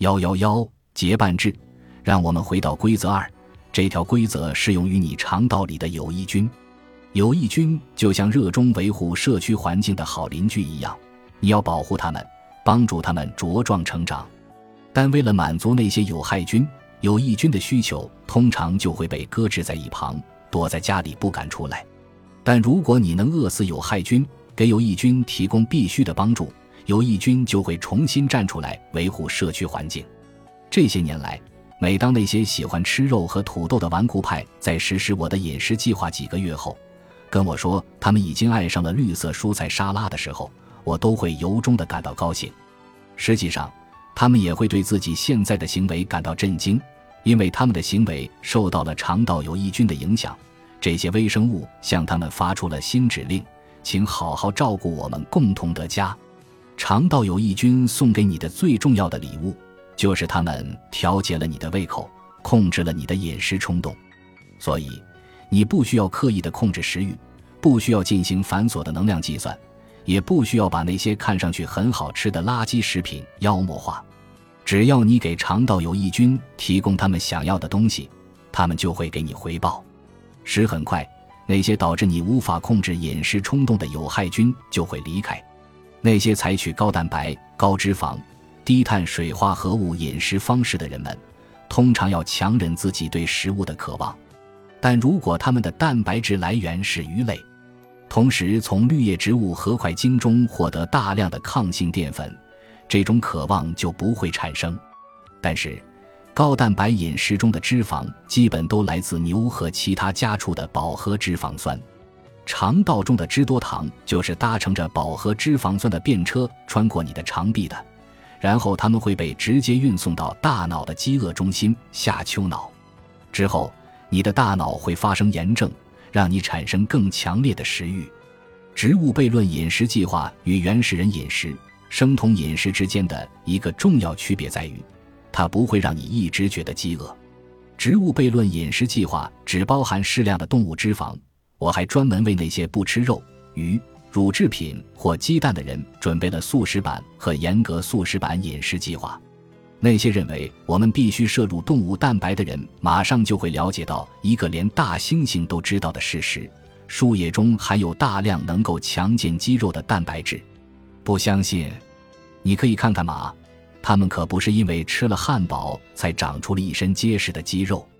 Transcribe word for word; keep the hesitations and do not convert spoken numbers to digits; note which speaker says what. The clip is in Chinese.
Speaker 1: 一一一结伴制，让我们回到规则二，这条规则适用于你肠道里的有益菌。有益菌就像热衷维护社区环境的好邻居一样，你要保护它们，帮助它们茁壮成长。但为了满足那些有害菌、有益菌的需求，通常就会被搁置在一旁，躲在家里不敢出来。但如果你能饿死有害菌，给有益菌提供必须的帮助，有益菌就会重新站出来维护社区环境。这些年来，每当那些喜欢吃肉和土豆的顽固派在实施我的饮食计划几个月后，跟我说他们已经爱上了绿色蔬菜沙拉的时候，我都会由衷地感到高兴。实际上，他们也会对自己现在的行为感到震惊，因为他们的行为受到了肠道有益菌的影响。这些微生物向他们发出了新指令，请好好照顾我们共同的家。肠道有益菌送给你的最重要的礼物，就是他们调节了你的胃口，控制了你的饮食冲动。所以你不需要刻意地控制食欲，不需要进行繁琐的能量计算，也不需要把那些看上去很好吃的垃圾食品妖魔化。只要你给肠道有益菌提供他们想要的东西，他们就会给你回报。时很快，那些导致你无法控制饮食冲动的有害菌就会离开。那些采取高蛋白、高脂肪、低碳水化合物饮食方式的人们，通常要强忍自己对食物的渴望。但如果他们的蛋白质来源是鱼类，同时从绿叶植物和块茎中获得大量的抗性淀粉，这种渴望就不会产生。但是高蛋白饮食中的脂肪基本都来自牛和其他家畜的饱和脂肪酸。肠道中的脂多糖就是搭乘着饱和脂肪酸的便车穿过你的肠壁的，然后它们会被直接运送到大脑的饥饿中心下丘脑。之后你的大脑会发生炎症，让你产生更强烈的食欲。植物悖论饮食计划与原始人饮食、生酮饮食之间的一个重要区别在于，它不会让你一直觉得饥饿。植物悖论饮食计划只包含适量的动物脂肪，我还专门为那些不吃肉、鱼、乳制品或鸡蛋的人准备了素食版和严格素食版饮食计划。那些认为我们必须摄入动物蛋白的人，马上就会了解到一个连大猩猩都知道的事实：树叶中含有大量能够强健肌肉的蛋白质。不相信？你可以看看马，它们可不是因为吃了汉堡才长出了一身结实的肌肉。